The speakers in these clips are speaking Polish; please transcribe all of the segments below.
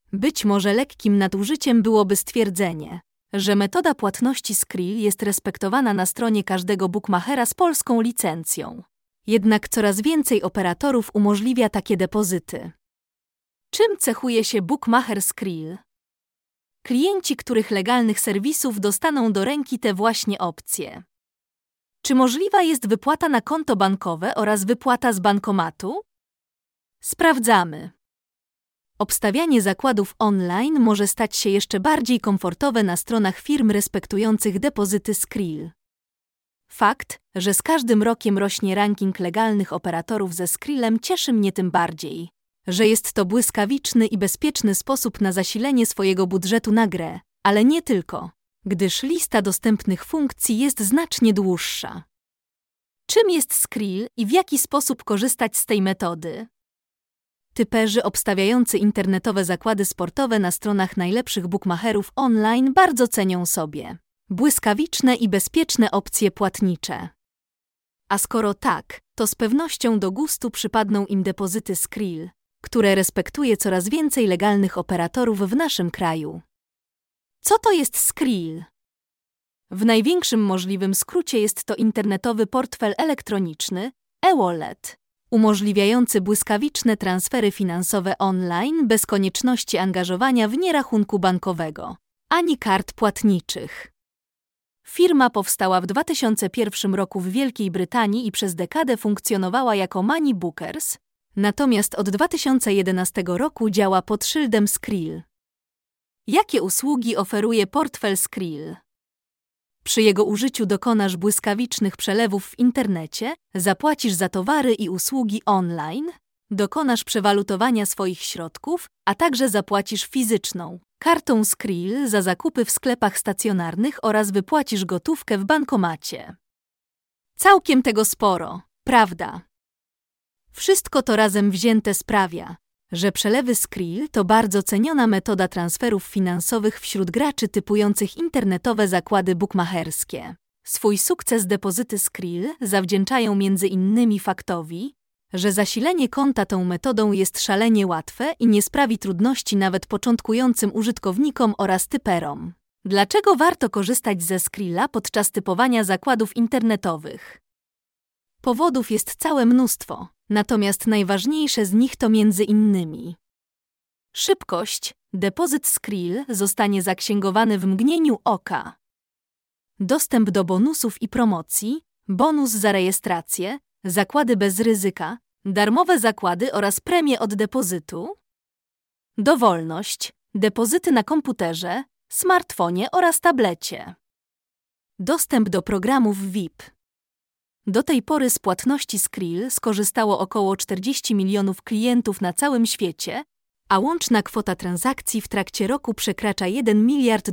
Być może lekkim nadużyciem byłoby stwierdzenie, że metoda płatności Skrill jest respektowana na stronie każdego bookmachera z polską licencją. Jednak coraz więcej operatorów umożliwia takie depozyty. Czym cechuje się bookmacher Skrill? Klienci których legalnych serwisów dostaną do ręki te właśnie opcje. Czy możliwa jest wypłata na konto bankowe oraz wypłata z bankomatu? Sprawdzamy. Obstawianie zakładów online może stać się jeszcze bardziej komfortowe na stronach firm respektujących depozyty Skrill. Fakt, że z każdym rokiem rośnie ranking legalnych operatorów ze Skrillem, cieszy mnie tym bardziej, że jest to błyskawiczny i bezpieczny sposób na zasilenie swojego budżetu na grę, ale nie tylko, gdyż lista dostępnych funkcji jest znacznie dłuższa. Czym jest Skrill i w jaki sposób korzystać z tej metody? Typerzy obstawiający internetowe zakłady sportowe na stronach najlepszych bookmacherów online bardzo cenią sobie błyskawiczne i bezpieczne opcje płatnicze. A skoro tak, to z pewnością do gustu przypadną im depozyty Skrill, które respektuje coraz więcej legalnych operatorów w naszym kraju. Co to jest Skrill? W największym możliwym skrócie jest to internetowy portfel elektroniczny, e-wallet, umożliwiający błyskawiczne transfery finansowe online bez konieczności angażowania w nie rachunku bankowego, ani kart płatniczych. Firma powstała w 2001 roku w Wielkiej Brytanii i przez dekadę funkcjonowała jako Money Bookers, natomiast od 2011 roku działa pod szyldem Skrill. Jakie usługi oferuje portfel Skrill? Przy jego użyciu dokonasz błyskawicznych przelewów w internecie, zapłacisz za towary i usługi online, dokonasz przewalutowania swoich środków, a także zapłacisz fizyczną kartą Skrill za zakupy w sklepach stacjonarnych oraz wypłacisz gotówkę w bankomacie. Całkiem tego sporo, prawda? Wszystko to razem wzięte sprawia, że przelewy Skrill to bardzo ceniona metoda transferów finansowych wśród graczy typujących internetowe zakłady bookmacherskie. Swój sukces depozyty Skrill zawdzięczają między innymi faktowi, że zasilenie konta tą metodą jest szalenie łatwe i nie sprawi trudności nawet początkującym użytkownikom oraz typerom. Dlaczego warto korzystać ze Skrilla podczas typowania zakładów internetowych? Powodów jest całe mnóstwo, natomiast najważniejsze z nich to między innymi szybkość. Depozyt Skrill zostanie zaksięgowany w mgnieniu oka. Dostęp do bonusów i promocji, bonus za rejestrację, zakłady bez ryzyka, darmowe zakłady oraz premie od depozytu. Dowolność. Depozyty na komputerze, smartfonie oraz tablecie. Dostęp do programów VIP. Do tej pory z płatności Skrill skorzystało około 40 milionów klientów na całym świecie, a łączna kwota transakcji w trakcie roku przekracza $1 miliard.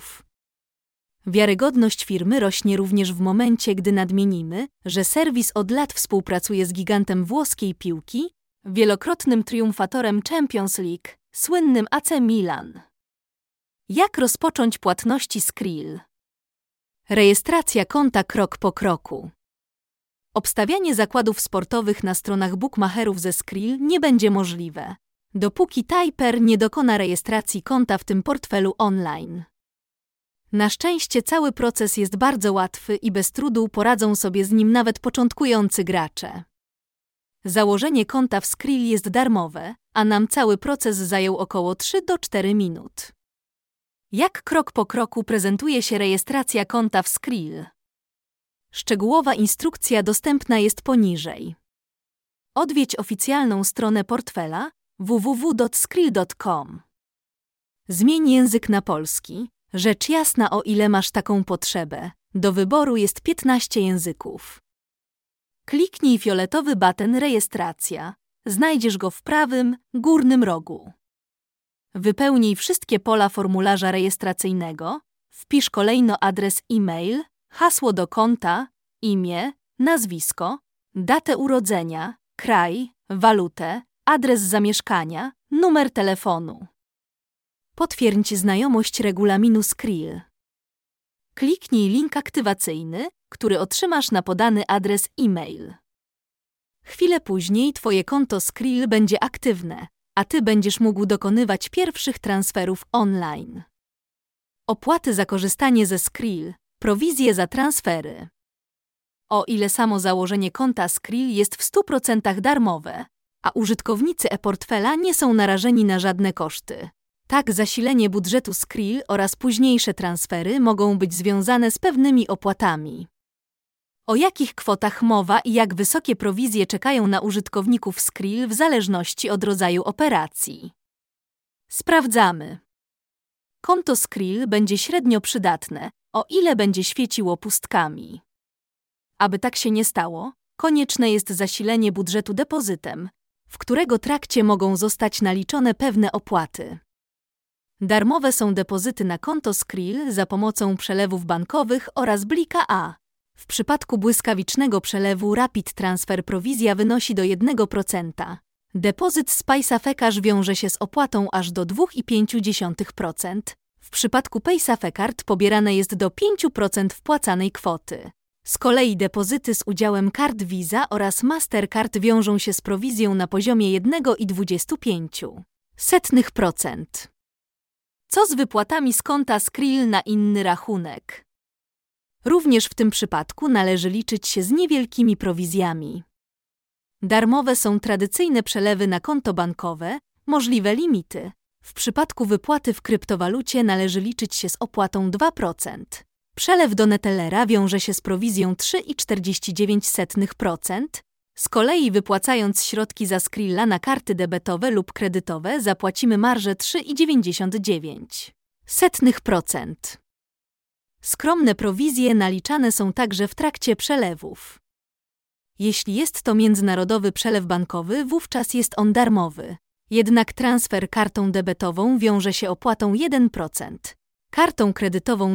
Wiarygodność firmy rośnie również w momencie, gdy nadmienimy, że serwis od lat współpracuje z gigantem włoskiej piłki, wielokrotnym triumfatorem Champions League, słynnym AC Milan. Jak rozpocząć płatności Skrill? Rejestracja konta krok po kroku. Obstawianie zakładów sportowych na stronach bookmacherów ze Skrill nie będzie możliwe, dopóki typer nie dokona rejestracji konta w tym portfelu online. Na szczęście cały proces jest bardzo łatwy i bez trudu poradzą sobie z nim nawet początkujący gracze. Założenie konta w Skrill jest darmowe, a nam cały proces zajął około 3 do 4 minut. Jak krok po kroku prezentuje się rejestracja konta w Skrill? Szczegółowa instrukcja dostępna jest poniżej. Odwiedź oficjalną stronę portfela www.skrill.com. Zmień język na polski. Rzecz jasna, o ile masz taką potrzebę. Do wyboru jest 15 języków. Kliknij fioletowy baton Rejestracja. Znajdziesz go w prawym, górnym rogu. Wypełnij wszystkie pola formularza rejestracyjnego. Wpisz kolejno adres e-mail, hasło do konta, imię, nazwisko, datę urodzenia, kraj, walutę, adres zamieszkania, numer telefonu. Potwierdź znajomość regulaminu Skrill. Kliknij link aktywacyjny, który otrzymasz na podany adres e-mail. Chwilę później Twoje konto Skrill będzie aktywne, a Ty będziesz mógł dokonywać pierwszych transferów online. Opłaty za korzystanie ze Skrill, prowizje za transfery. O ile samo założenie konta Skrill jest w 100% darmowe, a użytkownicy e-portfela nie są narażeni na żadne koszty. Tak, zasilenie budżetu Skrill oraz późniejsze transfery mogą być związane z pewnymi opłatami. O jakich kwotach mowa i jak wysokie prowizje czekają na użytkowników Skrill w zależności od rodzaju operacji? Sprawdzamy. Konto Skrill będzie średnio przydatne, o ile będzie świeciło pustkami. Aby tak się nie stało, konieczne jest zasilenie budżetu depozytem, w którego trakcie mogą zostać naliczone pewne opłaty. Darmowe są depozyty na konto Skrill za pomocą przelewów bankowych oraz Blika A. W przypadku błyskawicznego przelewu Rapid Transfer prowizja wynosi do 1%. Depozyt z PaySafeCash wiąże się z opłatą aż do 2,5%. W przypadku PaySafeCard pobierane jest do 5% wpłacanej kwoty. Z kolei depozyty z udziałem kart Visa oraz Mastercard wiążą się z prowizją na poziomie 1,25%. Co z wypłatami z konta Skrill na inny rachunek? Również w tym przypadku należy liczyć się z niewielkimi prowizjami. Darmowe są tradycyjne przelewy na konto bankowe, możliwe limity. W przypadku wypłaty w kryptowalucie należy liczyć się z opłatą 2%. Przelew do Netellera wiąże się z prowizją 3,49%. Z kolei wypłacając środki za Skrilla na karty debetowe lub kredytowe zapłacimy marżę 3,99%. Skromne prowizje naliczane są także w trakcie przelewów. Jeśli jest to międzynarodowy przelew bankowy, wówczas jest on darmowy. Jednak transfer kartą debetową wiąże się opłatą 1%, kartą kredytową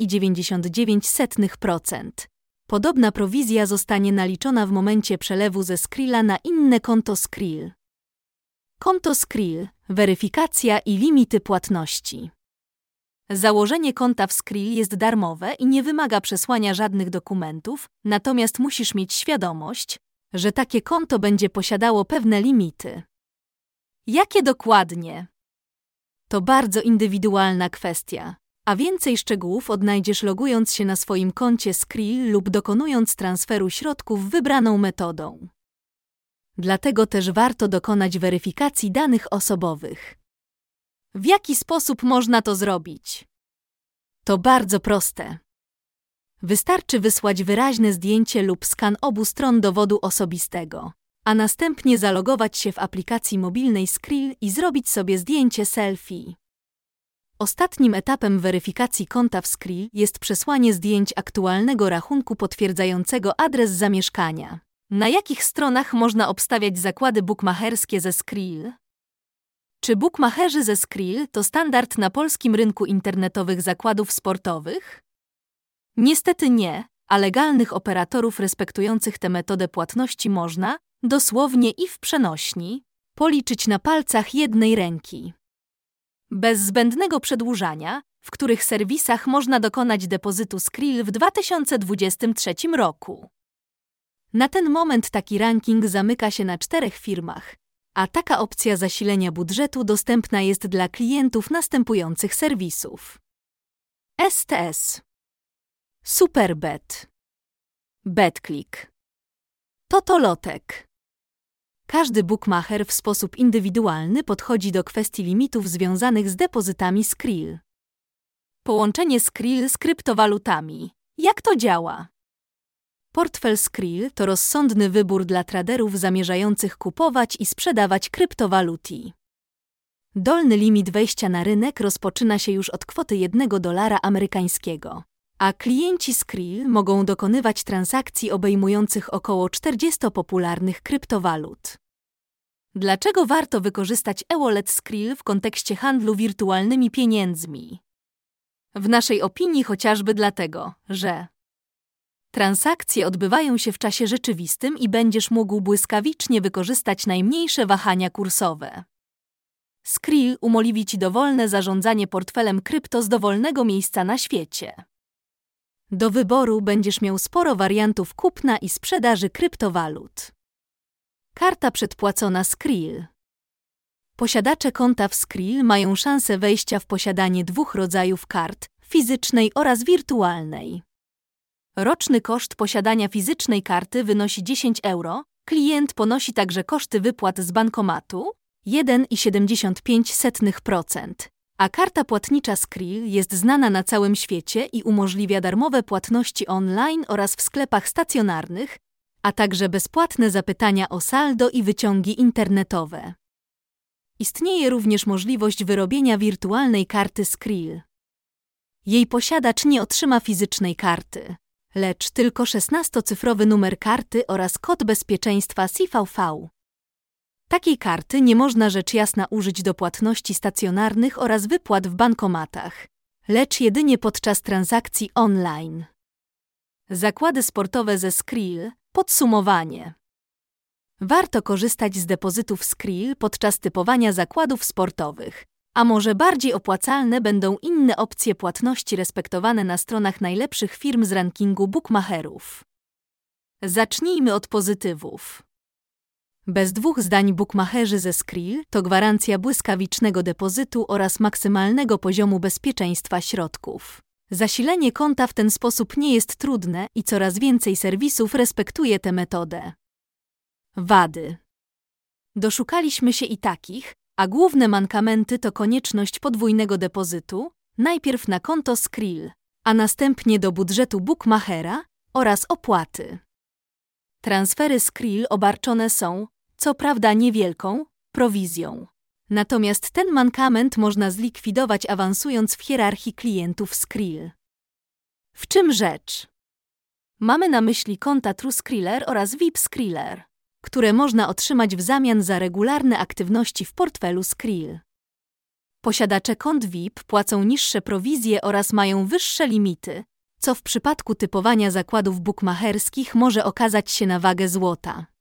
2,99%. Podobna prowizja zostanie naliczona w momencie przelewu ze Skrilla na inne konto Skrill. Konto Skrill, weryfikacja i limity płatności. Założenie konta w Skrill jest darmowe i nie wymaga przesłania żadnych dokumentów, natomiast musisz mieć świadomość, że takie konto będzie posiadało pewne limity. Jakie dokładnie? To bardzo indywidualna kwestia, a więcej szczegółów odnajdziesz logując się na swoim koncie Skrill lub dokonując transferu środków wybraną metodą. Dlatego też warto dokonać weryfikacji danych osobowych. W jaki sposób można to zrobić? To bardzo proste. Wystarczy wysłać wyraźne zdjęcie lub skan obu stron dowodu osobistego, a następnie zalogować się w aplikacji mobilnej Skrill i zrobić sobie zdjęcie selfie. Ostatnim etapem weryfikacji konta w Skrill jest przesłanie zdjęć aktualnego rachunku potwierdzającego adres zamieszkania. Na jakich stronach można obstawiać zakłady bukmacherskie ze Skrill? Czy bukmacherzy ze Skrill to standard na polskim rynku internetowych zakładów sportowych? Niestety nie, a legalnych operatorów respektujących tę metodę płatności można, dosłownie i w przenośni, policzyć na palcach jednej ręki. Bez zbędnego przedłużania, w których serwisach można dokonać depozytu Skrill w 2023 roku. Na ten moment taki ranking zamyka się na 4 firmach, a taka opcja zasilenia budżetu dostępna jest dla klientów następujących serwisów: STS, Superbet, BetClick, Totolotek. Każdy bookmacher w sposób indywidualny podchodzi do kwestii limitów związanych z depozytami Skrill. Połączenie Skrill z kryptowalutami. Jak to działa? Portfel Skrill to rozsądny wybór dla traderów zamierzających kupować i sprzedawać kryptowaluty. Dolny limit wejścia na rynek rozpoczyna się już od kwoty $1 amerykańskiego, a klienci Skrill mogą dokonywać transakcji obejmujących około 40 popularnych kryptowalut. Dlaczego warto wykorzystać e-wallet Skrill w kontekście handlu wirtualnymi pieniędzmi? W naszej opinii chociażby dlatego, że transakcje odbywają się w czasie rzeczywistym i będziesz mógł błyskawicznie wykorzystać najmniejsze wahania kursowe. Skrill umożliwi Ci dowolne zarządzanie portfelem krypto z dowolnego miejsca na świecie. Do wyboru będziesz miał sporo wariantów kupna i sprzedaży kryptowalut. Karta przedpłacona Skrill. Posiadacze konta w Skrill mają szansę wejścia w posiadanie 2 rodzajów kart, fizycznej oraz wirtualnej. Roczny koszt posiadania fizycznej karty wynosi 10 euro. Klient ponosi także koszty wypłat z bankomatu 1,75%, a karta płatnicza Skrill jest znana na całym świecie i umożliwia darmowe płatności online oraz w sklepach stacjonarnych, a także bezpłatne zapytania o saldo i wyciągi internetowe. Istnieje również możliwość wyrobienia wirtualnej karty Skrill. Jej posiadacz nie otrzyma fizycznej karty, lecz tylko 16-cyfrowy numer karty oraz kod bezpieczeństwa CVV. Takiej karty nie można rzecz jasna użyć do płatności stacjonarnych oraz wypłat w bankomatach, lecz jedynie podczas transakcji online. Zakłady sportowe ze Skrill. Podsumowanie. Warto korzystać z depozytów Skrill podczas typowania zakładów sportowych, a może bardziej opłacalne będą inne opcje płatności respektowane na stronach najlepszych firm z rankingu bookmacherów. Zacznijmy od pozytywów. Bez 2 zdań bookmacherzy ze Skrill to gwarancja błyskawicznego depozytu oraz maksymalnego poziomu bezpieczeństwa środków. Zasilenie konta w ten sposób nie jest trudne i coraz więcej serwisów respektuje tę metodę. Wady. Doszukaliśmy się i takich, a główne mankamenty to konieczność podwójnego depozytu, najpierw na konto Skrill, a następnie do budżetu bookmachera oraz opłaty. Transfery Skrill obarczone są, co prawda niewielką, prowizją. Natomiast ten mankament można zlikwidować awansując w hierarchii klientów Skrill. W czym rzecz? Mamy na myśli konta TrueSkriller oraz VIP Skriller, które można otrzymać w zamian za regularne aktywności w portfelu Skrill. Posiadacze kont VIP płacą niższe prowizje oraz mają wyższe limity, co w przypadku typowania zakładów bookmacherskich może okazać się na wagę złota.